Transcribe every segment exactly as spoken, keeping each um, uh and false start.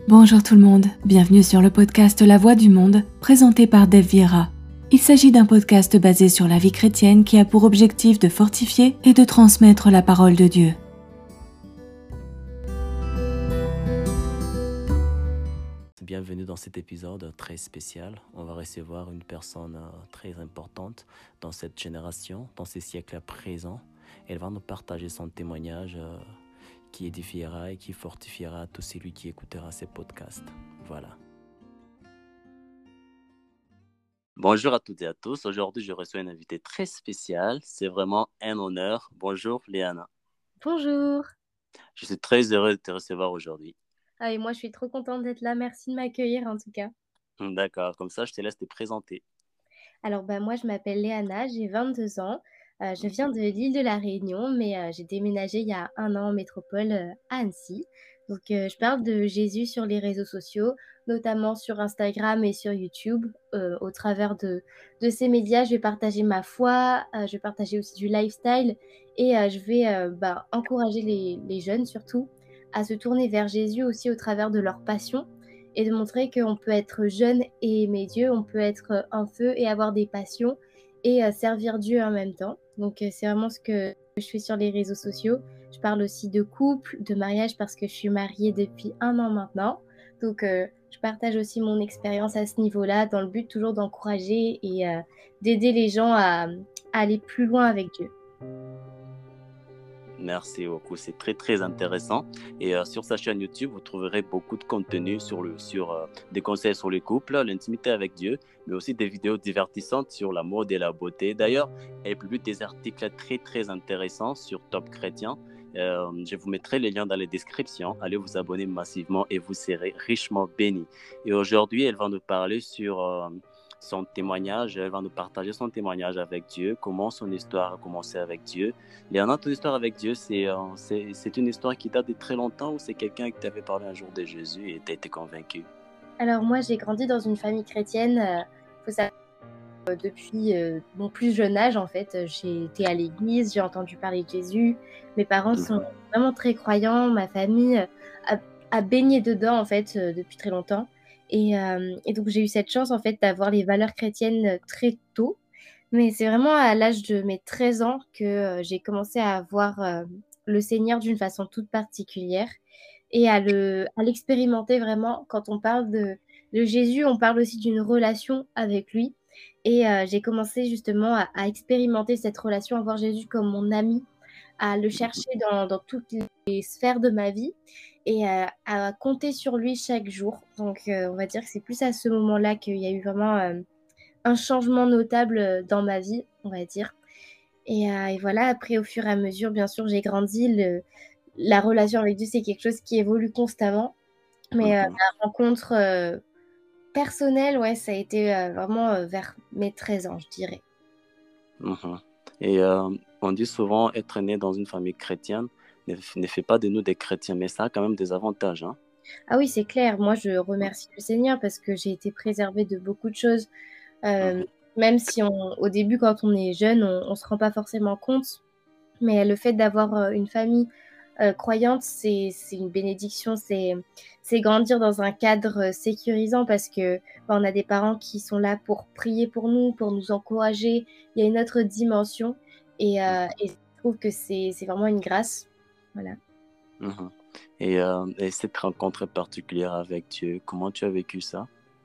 Bonjour tout le monde, bienvenue sur le podcast La Voix du Monde, présenté par Dave Vieira. Il s'agit d'un podcast basé sur la vie chrétienne qui a pour objectif de fortifier et de transmettre la parole de Dieu. Bienvenue dans cet épisode très spécial. On va recevoir une personne très importante dans cette génération, dans ces siècles présents. Elle va nous partager son témoignage qui édifiera et qui fortifiera tout celui qui écoutera ces podcasts. Voilà. Bonjour à toutes et à tous. Aujourd'hui, je reçois une invitée très spéciale. C'est vraiment un honneur. Bonjour, Léana. Bonjour. Je suis très heureux de te recevoir aujourd'hui. Ah, et moi, je suis trop contente d'être là. Merci de m'accueillir, en tout cas. D'accord. Comme ça, je te laisse te présenter. Alors, bah, moi, je m'appelle Léana, j'ai vingt-deux ans. Euh, je viens de l'île de la Réunion, mais euh, j'ai déménagé il y a un an en métropole euh, à Annecy. Donc, euh, je parle de Jésus sur les réseaux sociaux, notamment sur Instagram et sur YouTube. Euh, au travers de, de ces médias, je vais partager ma foi, euh, je vais partager aussi du lifestyle et euh, je vais euh, bah, encourager les, les jeunes surtout à se tourner vers Jésus aussi au travers de leur passion et de montrer qu'on peut être jeune et aimer Dieu, on peut être en feu et avoir des passions et euh, servir Dieu en même temps. Donc, euh, c'est vraiment ce que je fais sur les réseaux sociaux. Je parle aussi de couple, de mariage parce que je suis mariée depuis un an maintenant. Donc, euh, je partage aussi mon expérience à ce niveau-là dans le but toujours d'encourager et euh, d'aider les gens à, à aller plus loin avec Dieu. Merci beaucoup, c'est très très intéressant. Et euh, sur sa chaîne YouTube, vous trouverez beaucoup de contenu sur, le, sur euh, des conseils sur les couples, l'intimité avec Dieu, mais aussi des vidéos divertissantes sur la mode et la beauté. D'ailleurs, elle publie des articles très très intéressants sur Top Chrétien. Euh, je vous mettrai les liens dans les descriptions. Allez vous abonner massivement et vous serez richement bénis. Et aujourd'hui, elle va nous parler sur euh, son témoignage. Elle va nous partager son témoignage avec Dieu, comment son histoire a commencé avec Dieu. Léana, ton histoire avec Dieu, c'est, euh, c'est, c'est une histoire qui date de très longtemps ou c'est quelqu'un qui t'avait parlé un jour de Jésus et t'as été convaincu? Alors moi, j'ai grandi dans une famille chrétienne. Euh, faut savoir euh, depuis euh, mon plus jeune âge, en fait, j'ai été à l'église, j'ai entendu parler de Jésus. Mes parents sont Mhm. vraiment très croyants. Ma famille euh, a, a baigné dedans, en fait, euh, depuis très longtemps. Et, euh, et donc, j'ai eu cette chance, en fait, d'avoir les valeurs chrétiennes euh, très tôt. Mais c'est vraiment à l'âge de mes treize ans que euh, j'ai commencé à voir euh, le Seigneur d'une façon toute particulière et à le, à l'expérimenter vraiment. Quand on parle de, de Jésus, on parle aussi d'une relation avec lui. Et euh, j'ai commencé justement à, à expérimenter cette relation, à voir Jésus comme mon ami, à le chercher dans, dans toutes les sphères de ma vie et euh, à compter sur lui chaque jour. Donc, euh, on va dire que c'est plus à ce moment-là qu'il y a eu vraiment euh, un changement notable dans ma vie, on va dire. Et, euh, et voilà, après, au fur et à mesure, bien sûr, j'ai grandi. Le, la relation avec Dieu, c'est quelque chose qui évolue constamment. Mais euh, Mhm. la rencontre euh, personnelle, ouais, ça a été euh, vraiment euh, vers mes treize ans, je dirais. Mhm. Et euh, on dit souvent être né dans une famille chrétienne ne, ne fait pas de nous des chrétiens, mais ça a quand même des avantages, hein? Ah oui, c'est clair. Moi, je remercie le Seigneur parce que j'ai été préservée de beaucoup de choses. Euh, Mhm. même si on, au début, quand on est jeune, on ne se rend pas forcément compte. Mais le fait d'avoir euh, une famille euh, croyante, c'est, c'est une bénédiction. C'est, c'est grandir dans un cadre euh, sécurisant parce que bah, on a des parents qui sont là pour prier pour nous, pour nous encourager. Il y a une autre dimension. Et, euh, et je trouve que c'est, c'est vraiment une grâce. Voilà. Mhm. Et, euh, et cette rencontre particulière avec Dieu, comment tu as vécu ça?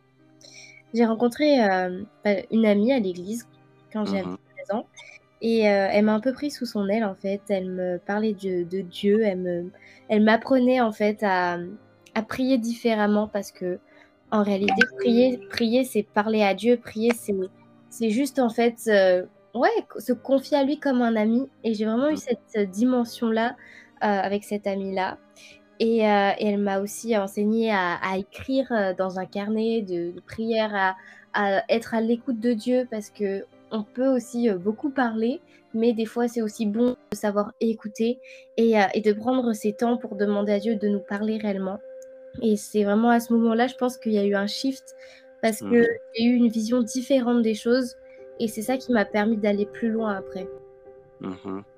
J'ai rencontré euh, bah, une amie à l'église quand j'avais Mhm. treize ans. Et euh, elle m'a un peu pris sous son aile, en fait. Elle me parlait de, de Dieu. Elle me, elle m'apprenait, en fait, à, à prier différemment parce que, en réalité, prier, prier, c'est parler à Dieu. Prier, c'est, c'est juste, en fait, euh, ouais, se confier à lui comme un ami. Et j'ai vraiment eu cette dimension-là euh, avec cette amie-là. Et, euh, et elle m'a aussi enseigné à, à écrire euh, dans un carnet de, de prières, à, à être à l'écoute de Dieu parce que on peut aussi euh, beaucoup parler, mais des fois c'est aussi bon de savoir écouter et, euh, et de prendre ces temps pour demander à Dieu de nous parler réellement. Et c'est vraiment à ce moment-là, je pense qu'il y a eu un shift parce que Mhm. j'ai eu une vision différente des choses et c'est ça qui m'a permis d'aller plus loin après. Mhm.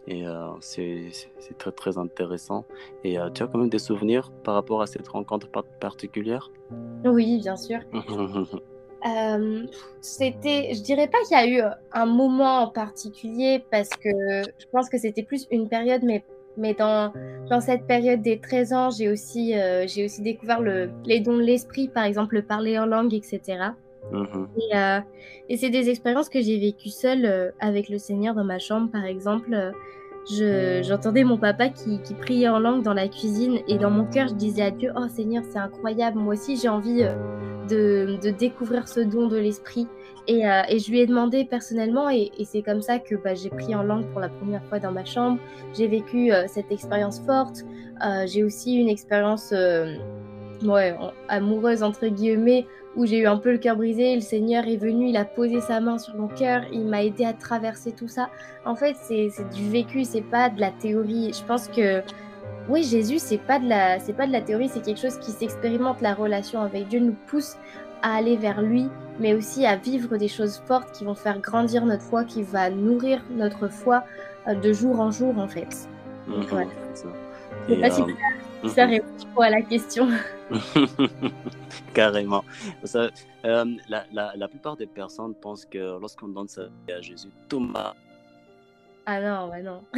Et euh, c'est c'est- c'est très, très intéressant. Et euh, tu as quand même des souvenirs par rapport à cette rencontre par- particulière? Oui, bien sûr. Euh, c'était, je dirais pas qu'il y a eu euh, un moment en particulier parce que je pense que c'était plus une période, mais, mais dans, dans cette période des treize ans, j'ai aussi, euh, j'ai aussi découvert le, les dons de l'esprit, par exemple, le parler en langue, et cetera. Mhm. Et, euh, et c'est des expériences que j'ai vécues seule euh, avec le Seigneur dans ma chambre, par exemple. Euh, je, j'entendais mon papa qui, qui priait en langue dans la cuisine et dans mon cœur, je disais à Dieu, oh Seigneur, c'est incroyable, moi aussi j'ai envie euh, de, de découvrir ce don de l'esprit. Et, euh, et je lui ai demandé personnellement, et, et c'est comme ça que bah, j'ai prié en langue pour la première fois dans ma chambre. J'ai vécu euh, cette expérience forte. Euh, j'ai aussi une expérience euh, ouais, en- amoureuse, entre guillemets, où j'ai eu un peu le cœur brisé. Le Seigneur est venu, il a posé sa main sur mon cœur, il m'a aidé à traverser tout ça. En fait, c'est c'est du vécu, c'est pas de la théorie. Je pense que oui, Jésus, c'est pas de la, c'est pas de la théorie, c'est quelque chose qui s'expérimente. La relation avec Dieu nous pousse à aller vers lui, mais aussi à vivre des choses fortes qui vont faire grandir notre foi, qui va nourrir notre foi euh, de jour en jour, en fait. Donc, ouais. Mhm, c'est ça. Je sais Et pas si euh, ça mhm. répond trop à la question. Carrément. Ça, euh, la, la, la plupart des personnes pensent que lorsqu'on donne sa vie à Jésus, tout marche Ah non, ouais, non.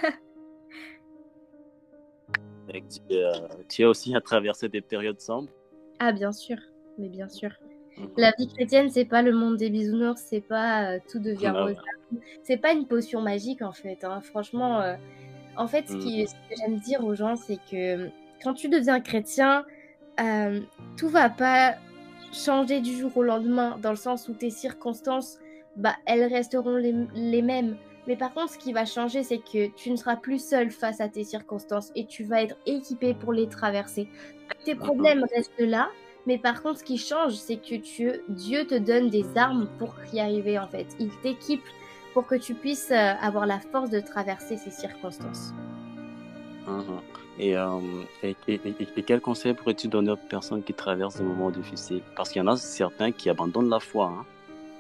avec Dieu. Euh, tu as aussi à traverser des périodes sombres. Ah, bien sûr, mais bien sûr. Mhm. La vie chrétienne, c'est pas le monde des bisounours, c'est pas euh, tout devient Ah rose. ouais. C'est pas une potion magique en fait, hein. Franchement, euh, en fait, ce, qui, Mhm. ce que j'aime dire aux gens, c'est que quand tu deviens chrétien, euh, tout va pas changer du jour au lendemain, dans le sens où tes circonstances, bah, elles resteront les, les mêmes. Mais par contre, ce qui va changer, c'est que tu ne seras plus seul face à tes circonstances et tu vas être équipé pour les traverser. Tes Mhm. problèmes restent là, mais par contre, ce qui change, c'est que tu, Dieu te donne des armes pour y arriver, en fait. Il t'équipe pour que tu puisses euh, avoir la force de traverser ces circonstances. Mhm. Et, euh, et, et, et- et quel conseil pourrais-tu donner aux personnes qui traversent des moments difficiles? Parce qu'il y en a certains qui abandonnent la foi, hein.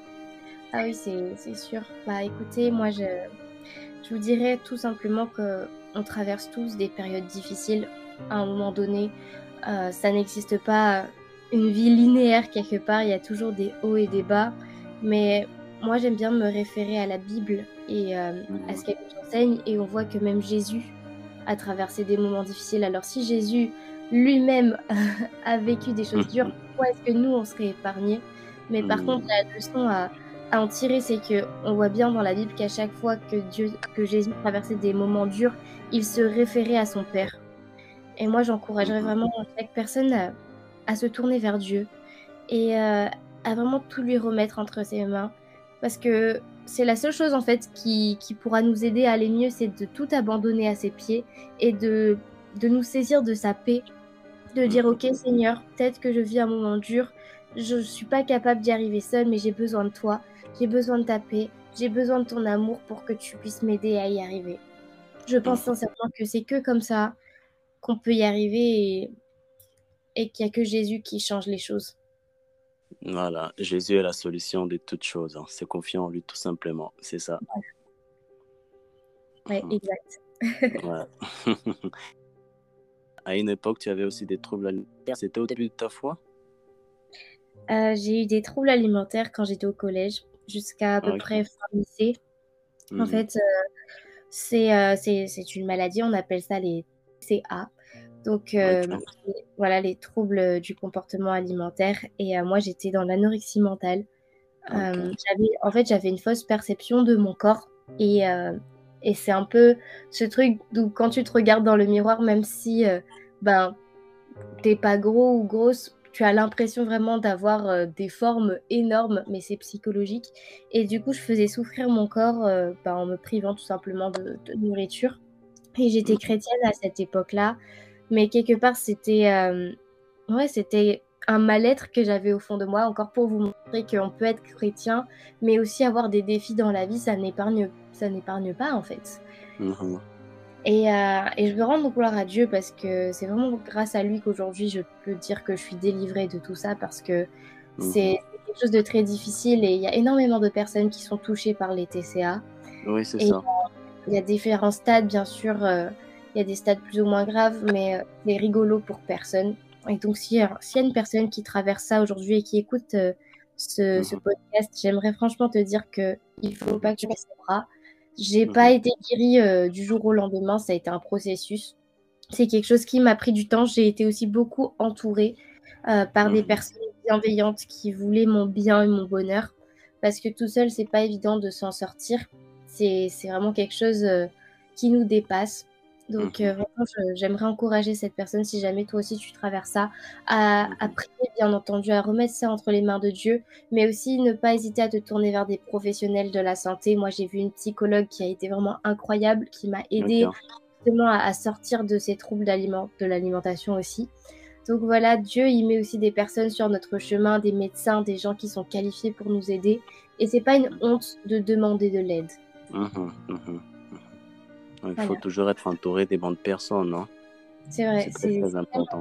Ah oui, c'est, c'est sûr. Bah écoutez, moi, je, je vous dirais tout simplement que on traverse tous des périodes difficiles à un moment donné. Euh, ça n'existe pas une vie linéaire quelque part, il y a toujours des hauts et des bas. Mais moi, j'aime bien me référer à la Bible et euh, à ce Mhm. qu'elle nous enseigne. Et on voit que même Jésus a traversé des moments difficiles. Alors si Jésus lui-même a vécu des choses dures, pourquoi est-ce que nous, on serait épargnés? Mais par contre, Mhm. la leçon à, à en tirer, c'est que on voit bien dans la Bible qu'à chaque fois que Dieu, que Jésus traversait des moments durs, il se référait à son Père. Et moi, j'encouragerais Mhm. vraiment chaque personne à, à se tourner vers Dieu et euh, à vraiment tout lui remettre entre ses mains. Parce que c'est la seule chose en fait qui, qui pourra nous aider à aller mieux, c'est de tout abandonner à ses pieds et de, de nous saisir de sa paix, de dire Mhm. ok Seigneur, peut-être que je vis un moment dur, je ne suis pas capable d'y arriver seule, mais j'ai besoin de toi, j'ai besoin de ta paix, j'ai besoin de ton amour pour que tu puisses m'aider à y arriver. Je pense Mhm. sincèrement que c'est que comme ça qu'on peut y arriver et, et qu'il n'y a que Jésus qui change les choses. Voilà, Jésus est la solution de toutes choses, hein. C'est confiant en lui tout simplement, c'est ça. Ouais, Mhm. exact. Ouais. À une époque, tu avais aussi des troubles alimentaires. C'était au début de ta foi? Euh, j'ai eu des troubles alimentaires quand j'étais au collège, jusqu'à à peu près Ok. fin lycée. En Mhm. fait, euh, c'est euh, c'est c'est une maladie, on appelle ça les T C A. Donc, euh, Ok. c'est- voilà, les troubles du comportement alimentaire. Et euh, moi, j'étais dans l'anorexie mentale. Euh, Ok. j'avais, en fait, j'avais une fausse perception de mon corps. Et, euh, et c'est un peu ce truc où quand tu te regardes dans le miroir, même si euh, ben, t'es pas gros ou grosse, tu as l'impression vraiment d'avoir euh, des formes énormes, mais c'est psychologique. Et du coup, je faisais souffrir mon corps euh, ben, en me privant tout simplement de, de nourriture. Et j'étais Mhm. chrétienne à cette époque-là, mais quelque part, c'était euh, ouais, c'était un mal-être que j'avais au fond de moi, encore pour vous montrer qu'on peut être chrétien, mais aussi avoir des défis dans la vie, ça n'épargne, ça n'épargne pas en fait. Mhm. Et, euh, et je veux rendre gloire à Dieu parce que c'est vraiment grâce à lui qu'aujourd'hui je peux dire que je suis délivrée de tout ça parce que Mhm. c'est c'est quelque chose de très difficile et il y a énormément de personnes qui sont touchées par les T C A. Oui, c'est Et ça. il y a différents stades, bien sûr. euh, Il y a des stades plus ou moins graves, mais euh, c'est rigolo pour personne. Et donc, s'il y a, s'il y a une personne qui traverse ça aujourd'hui et qui écoute euh, ce, ce Mhm, podcast, j'aimerais franchement te dire que il faut mhm, pas que tu baisses les bras. J'ai pas mhm, été guérie euh, du jour au lendemain, ça a été un processus. C'est quelque chose qui m'a pris du temps. J'ai été aussi beaucoup entourée euh, par des mhm. personnes bienveillantes qui voulaient mon bien et mon bonheur. Parce que tout seul, c'est pas évident de s'en sortir. C'est, c'est vraiment quelque chose euh, qui nous dépasse. Donc, Mhm, euh, vraiment, je- j'aimerais encourager cette personne, si jamais toi aussi tu traverses ça, à, à mhm. prier, bien entendu, à remettre ça entre les mains de Dieu, mais aussi ne pas hésiter à te tourner vers des professionnels de la santé. Moi, j'ai vu une psychologue qui a été vraiment incroyable, qui m'a aidée Ok. justement à, à sortir de ces troubles d'aliment, de l'alimentation aussi. Donc voilà, Dieu, il met aussi des personnes sur notre chemin, des médecins, des gens qui sont qualifiés pour nous aider. Et c'est pas une honte de demander de l'aide. Mhm, mhm. Il faut Voilà, toujours être entouré des bonnes personnes, non? c'est vrai. C'est très, C'est... très important.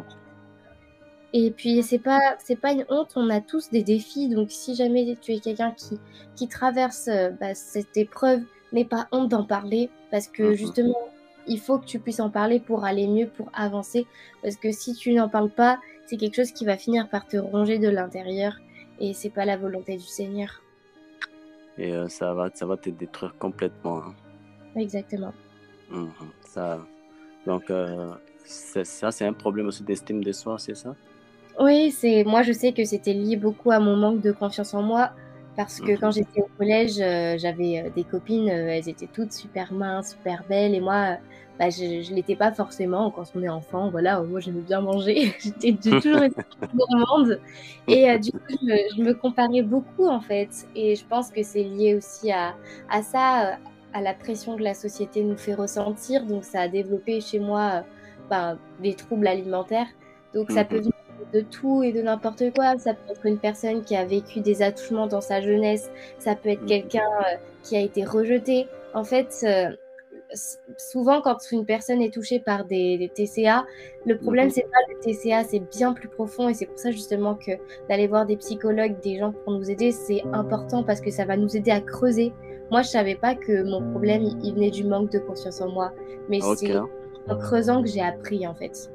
Et puis c'est pas, c'est pas une honte, on a tous des défis. Donc si jamais tu es quelqu'un qui, qui traverse euh, bah, cette épreuve, n'aie pas honte d'en parler. Parce que Mhm. justement, il faut que tu puisses en parler pour aller mieux, pour avancer. Parce que si tu n'en parles pas, c'est quelque chose qui va finir par te ronger de l'intérieur. Et c'est pas la volonté du Seigneur. Et euh, ça va, ça va te détruire complètement, hein. Exactement. Mhm. Ça, donc, euh, c'est- ça, c'est un problème aussi d'estime de soi, c'est ça? Oui, c'est moi je sais que c'était lié beaucoup à mon manque de confiance en moi parce que quand Mhm. j'étais au collège, euh, j'avais euh, des copines, euh, elles étaient toutes super minces, super belles et moi, euh, bah, je je l'étais pas forcément quand on est enfant. Voilà, moi j'aimais bien manger, j'étais j'ai toujours été gourmande et euh, du coup je me, je me comparais beaucoup en fait et je pense que c'est lié aussi à à ça, euh, à la pression que la société nous fait ressentir. Donc ça a développé chez moi, euh, ben, des troubles alimentaires. Donc ça peut Mhm. venir de tout et de n'importe quoi. Ça peut être une personne qui a vécu des attouchements dans sa jeunesse, ça peut être Mhm. quelqu'un euh, qui a été rejeté. En fait, euh, s- souvent quand une personne est touchée par des, des T C A, le problème Mhm. c'est pas le T C A, c'est bien plus profond et c'est pour ça justement que d'aller voir des psychologues, des gens pour nous aider, c'est important parce que ça va nous aider à creuser. Moi, je savais pas que mon problème il il venait du manque de confiance en moi, mais Ok. c'est en creusant que j'ai appris en fait.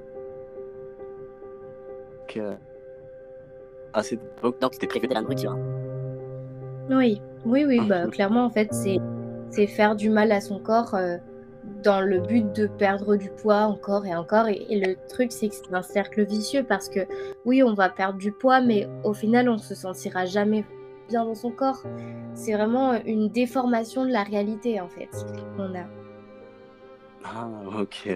Ok. À cette époque, donc, c'était prévu de la nourriture. Oui, oui, oui, bah, Mhm. clairement, en fait, c'est c'est faire du mal à son corps euh, dans le but de perdre du poids encore et encore. Et, et le truc, c'est que c'est un cercle vicieux parce que oui, on va perdre du poids, mais au final, on se sentira jamais bien dans son corps. C'est vraiment une déformation de la réalité, en fait, qu'on a. Ah, ok.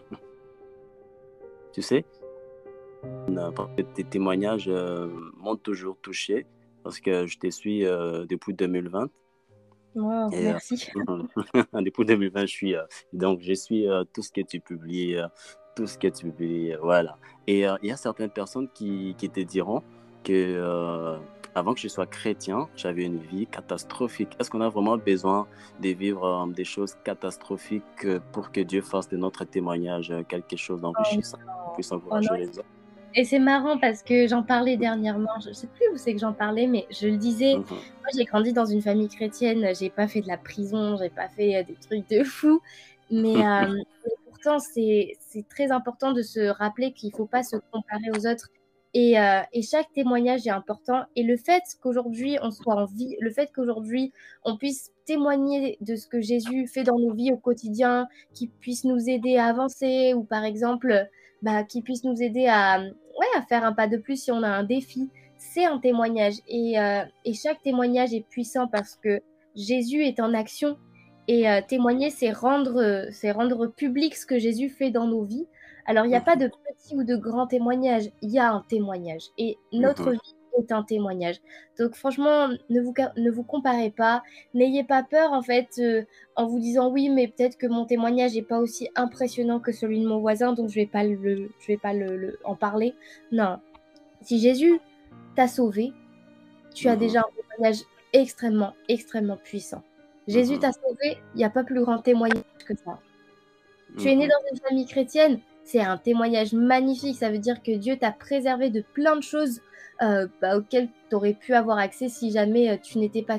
Tu sais, euh, parce que tes témoignages euh, m'ont toujours touché parce que je te suis euh, depuis deux mille vingt. Wow, Et euh, merci. depuis deux mille vingt, je suis, euh, donc je suis euh, tout ce que tu publies, euh, tout ce que tu publies, euh, voilà. Et euh, il y a certaines personnes qui, qui te diront que euh, avant que je sois chrétien, j'avais une vie catastrophique. Est-ce qu'on a vraiment besoin de vivre euh, des choses catastrophiques euh, pour que Dieu fasse de notre témoignage euh, quelque chose Oh d'enrichissant, qui puisse non, oh non. encourager les autres? Et c'est marrant parce que j'en parlais dernièrement, je sais plus où c'est que j'en parlais, mais je le disais, Mhm, moi j'ai grandi dans une famille chrétienne, j'ai pas fait de la prison, j'ai pas fait euh, des trucs de fou, mais, euh, mais pourtant c'est c'est très important de se rappeler qu'il faut pas se comparer aux autres et, euh, et chaque témoignage est important et le fait qu'aujourd'hui on soit en vie, le fait qu'aujourd'hui on puisse témoigner de ce que Jésus fait dans nos vies au quotidien, qu'il puisse nous aider à avancer ou par exemple bah, qui puisse nous aider à, ouais, à faire un pas de plus si on a un défi. C'est un témoignage et, euh, et chaque témoignage est puissant parce que Jésus est en action et euh, témoigner, c'est rendre, euh, c'est rendre public ce que Jésus fait dans nos vies. Alors, il n'y a pas mhm, de petit ou de grand témoignage, il y a un témoignage et notre mhm, vie est un témoignage. Donc, franchement, ne vous, ne vous comparez pas, n'ayez pas peur en fait. Euh, en vous disant oui, mais peut-être que mon témoignage n'est pas aussi impressionnant que celui de mon voisin, donc je vais pas le, je vais pas le, le- en parler. Non, si Jésus t'a sauvé, tu as mhm, déjà un témoignage extrêmement, extrêmement puissant. Jésus mhm, t'a sauvé, il n'y a pas plus grand témoignage que ça. Tu es né mhm, dans une famille chrétienne, c'est un témoignage magnifique. Ça veut dire que Dieu t'a préservé de plein de choses euh, bah, auxquelles tu aurais pu avoir accès si jamais euh, tu n'étais pas, cré-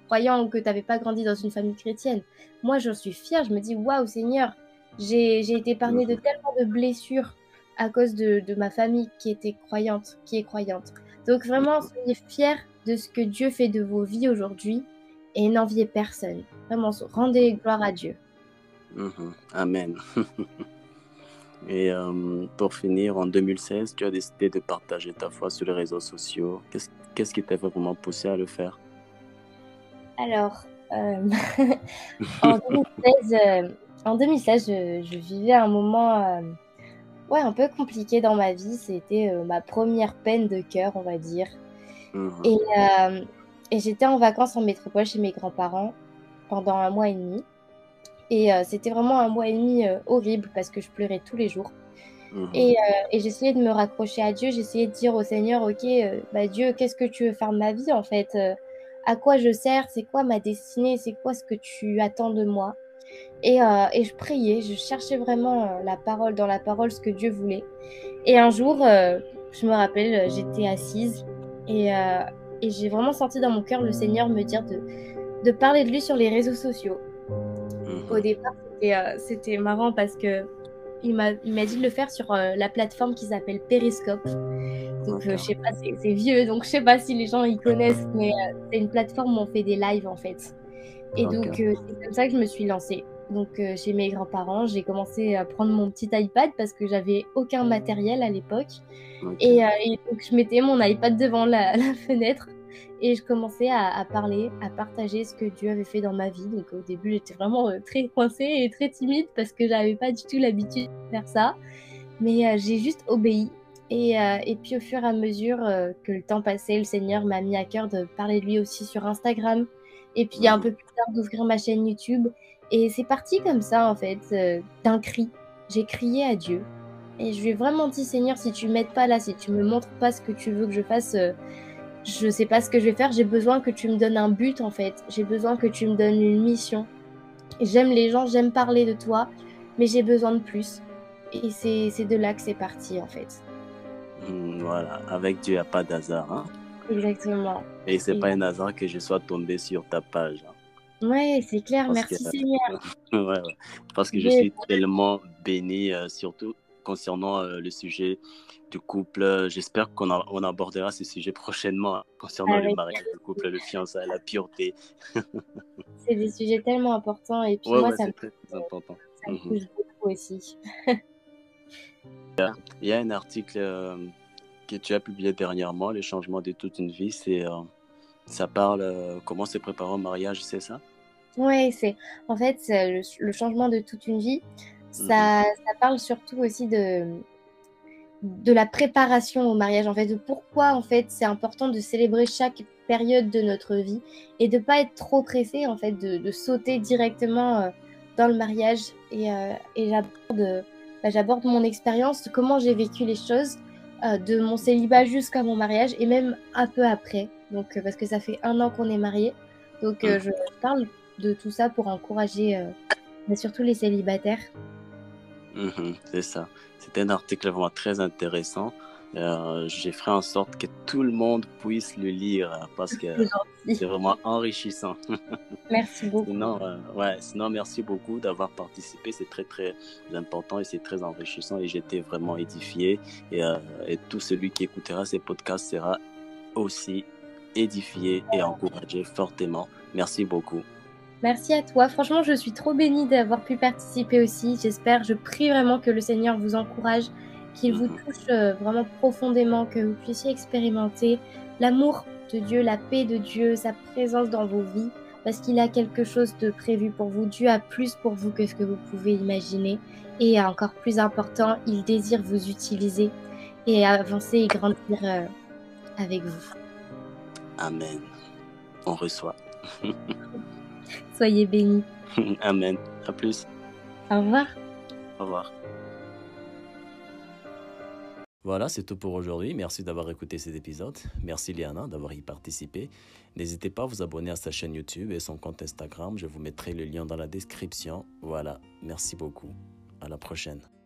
croyant ou que tu n'avais pas grandi dans une famille chrétienne. Moi, j'en suis fière. Je me dis, waouh, Seigneur, j'ai, j'ai été épargnée de tellement de blessures à cause de, de ma famille qui était croyante, qui est croyante. Donc vraiment, soyez fiers de ce que Dieu fait de vos vies aujourd'hui et n'enviez personne. Vraiment, rendez gloire à Dieu. Mhm. Amen. Et euh, pour finir, en deux mille seize, tu as décidé de partager ta foi sur les réseaux sociaux. Qu'est-ce, qu'est-ce qui t'a vraiment poussé à le faire? Alors, euh, en deux mille seize, euh, en deux mille seize je, je vivais un moment euh, ouais, un peu compliqué dans ma vie. C'était euh, ma première peine de cœur, on va dire. Mhm. Et, euh, et j'étais en vacances en métropole chez mes grands-parents pendant un mois et demi. Et euh, c'était vraiment un mois et demi euh, horrible parce que je pleurais tous les jours. Mhm. Et, euh, et j'essayais de me raccrocher à Dieu. J'essayais de dire au Seigneur, ok, euh, bah Dieu, qu'est-ce que tu veux faire de ma vie en fait? Euh, à quoi je sers? C'est quoi ma destinée? C'est quoi ce que tu attends de moi? Et, euh, et je priais, je cherchais vraiment euh, la parole, dans la parole, ce que Dieu voulait. Et un jour, euh, je me rappelle, euh, j'étais assise et, euh, et j'ai vraiment senti dans mon cœur le Seigneur me dire de, de parler de lui sur les réseaux sociaux. Mhm. Au départ, c'était, euh, c'était marrant parce que il m'a, il m'a dit de le faire sur euh, la plateforme qui s'appelle Periscope. Donc, euh, je sais pas, c'est, c'est vieux, donc je sais pas si les gens y connaissent, mais euh, c'est une plateforme où on fait des lives en fait. Et Ok. donc, euh, c'est comme ça que je me suis lancée. Donc, euh, chez mes grands-parents, j'ai commencé à prendre mon petit iPad parce que j'avais aucun matériel à l'époque. Ok. Et, euh, et donc, je mettais mon iPad devant la, la fenêtre et je commençais à, à parler, à partager ce que Dieu avait fait dans ma vie. Donc, au début, j'étais vraiment euh, très coincée et très timide parce que j'avais pas du tout l'habitude de faire ça. Mais euh, j'ai juste obéi. Et, euh, et puis, au fur et à mesure euh, que le temps passait, le Seigneur m'a mis à cœur de parler de lui aussi sur Instagram. Et puis, un Mhm. peu plus tard, d'ouvrir ma chaîne YouTube. Et c'est parti comme ça, en fait, euh, d'un cri. J'ai crié à Dieu. Et je lui ai vraiment dit, Seigneur, si tu m'aides pas là, si tu me montres pas ce que tu veux que je fasse, euh, je sais pas ce que je vais faire. J'ai besoin que tu me donnes un but, en fait. J'ai besoin que tu me donnes une mission. J'aime les gens, j'aime parler de toi, mais j'ai besoin de plus. Et c'est, c'est de là que c'est parti, en fait. Mhm. Voilà. Avec Dieu, il n'y a pas d'hasard. Hein? Exactement. Et c'est Et... pas un hasard que je sois tombé sur ta page. Hein? Ouais, c'est clair. Parce que, Merci, Seigneur. ouais, ouais. Parce que je Dieu. suis tellement béni, euh, surtout concernant euh, le sujet du couple. J'espère qu'on a- on abordera ce sujet prochainement, hein, concernant le Avec... mariage, le couple, le fiançailles, la pureté. C'est des sujets tellement importants. Et puis Ouais, moi, ouais, ça me, c'est très, très important. ça me Mhm. touche beaucoup aussi. Il y a un article euh, que tu as publié dernièrement, Le changement de toute une vie. C'est, euh, ça parle euh, comment se préparer au mariage, c'est ça? Ouais, c'est en fait c'est le, le changement de toute une vie. Mhm. Ça, ça parle surtout aussi de, de la préparation au mariage, en fait, de pourquoi en fait c'est important de célébrer chaque période de notre vie et de pas être trop pressé en fait de, de sauter directement euh, dans le mariage. Et, euh, et j'aborde, euh, bah, j'aborde mon expérience, comment j'ai vécu les choses euh, de mon célibat jusqu'à mon mariage et même un peu après. Donc euh, parce que ça fait un an qu'on est mariés, donc euh, je, je parle de tout ça pour encourager euh, mais surtout les célibataires. Mhm, c'est ça. C'était un article vraiment très intéressant. Euh, j'ai fait en sorte que tout le monde puisse le lire euh, parce que C'est c'est gentil. vraiment enrichissant. Merci beaucoup. Sinon, euh, ouais, sinon, merci beaucoup d'avoir participé. C'est très, très important et c'est très enrichissant et j'étais vraiment édifié. Et, euh, et tout celui qui écoutera ces podcasts sera aussi édifié et encouragé fortement. Merci beaucoup. Merci à toi. Franchement, je suis trop bénie d'avoir pu participer aussi. J'espère, je prie vraiment que le Seigneur vous encourage, qu'il vous Mhm. touche euh, vraiment profondément, que vous puissiez expérimenter l'amour de Dieu, la paix de Dieu, sa présence dans vos vies, parce qu'il a quelque chose de prévu pour vous. Dieu a plus pour vous que ce que vous pouvez imaginer. Et encore plus important, il désire vous utiliser et avancer et grandir euh, avec vous. Amen. On reçoit. Soyez bénis. Amen. À plus. Au revoir. Au revoir. Voilà, c'est tout pour aujourd'hui. Merci d'avoir écouté cet épisode. Merci Liana d'avoir y participé. N'hésitez pas à vous abonner à sa chaîne YouTube et son compte Instagram. Je vous mettrai le lien dans la description. Voilà, merci beaucoup. À la prochaine.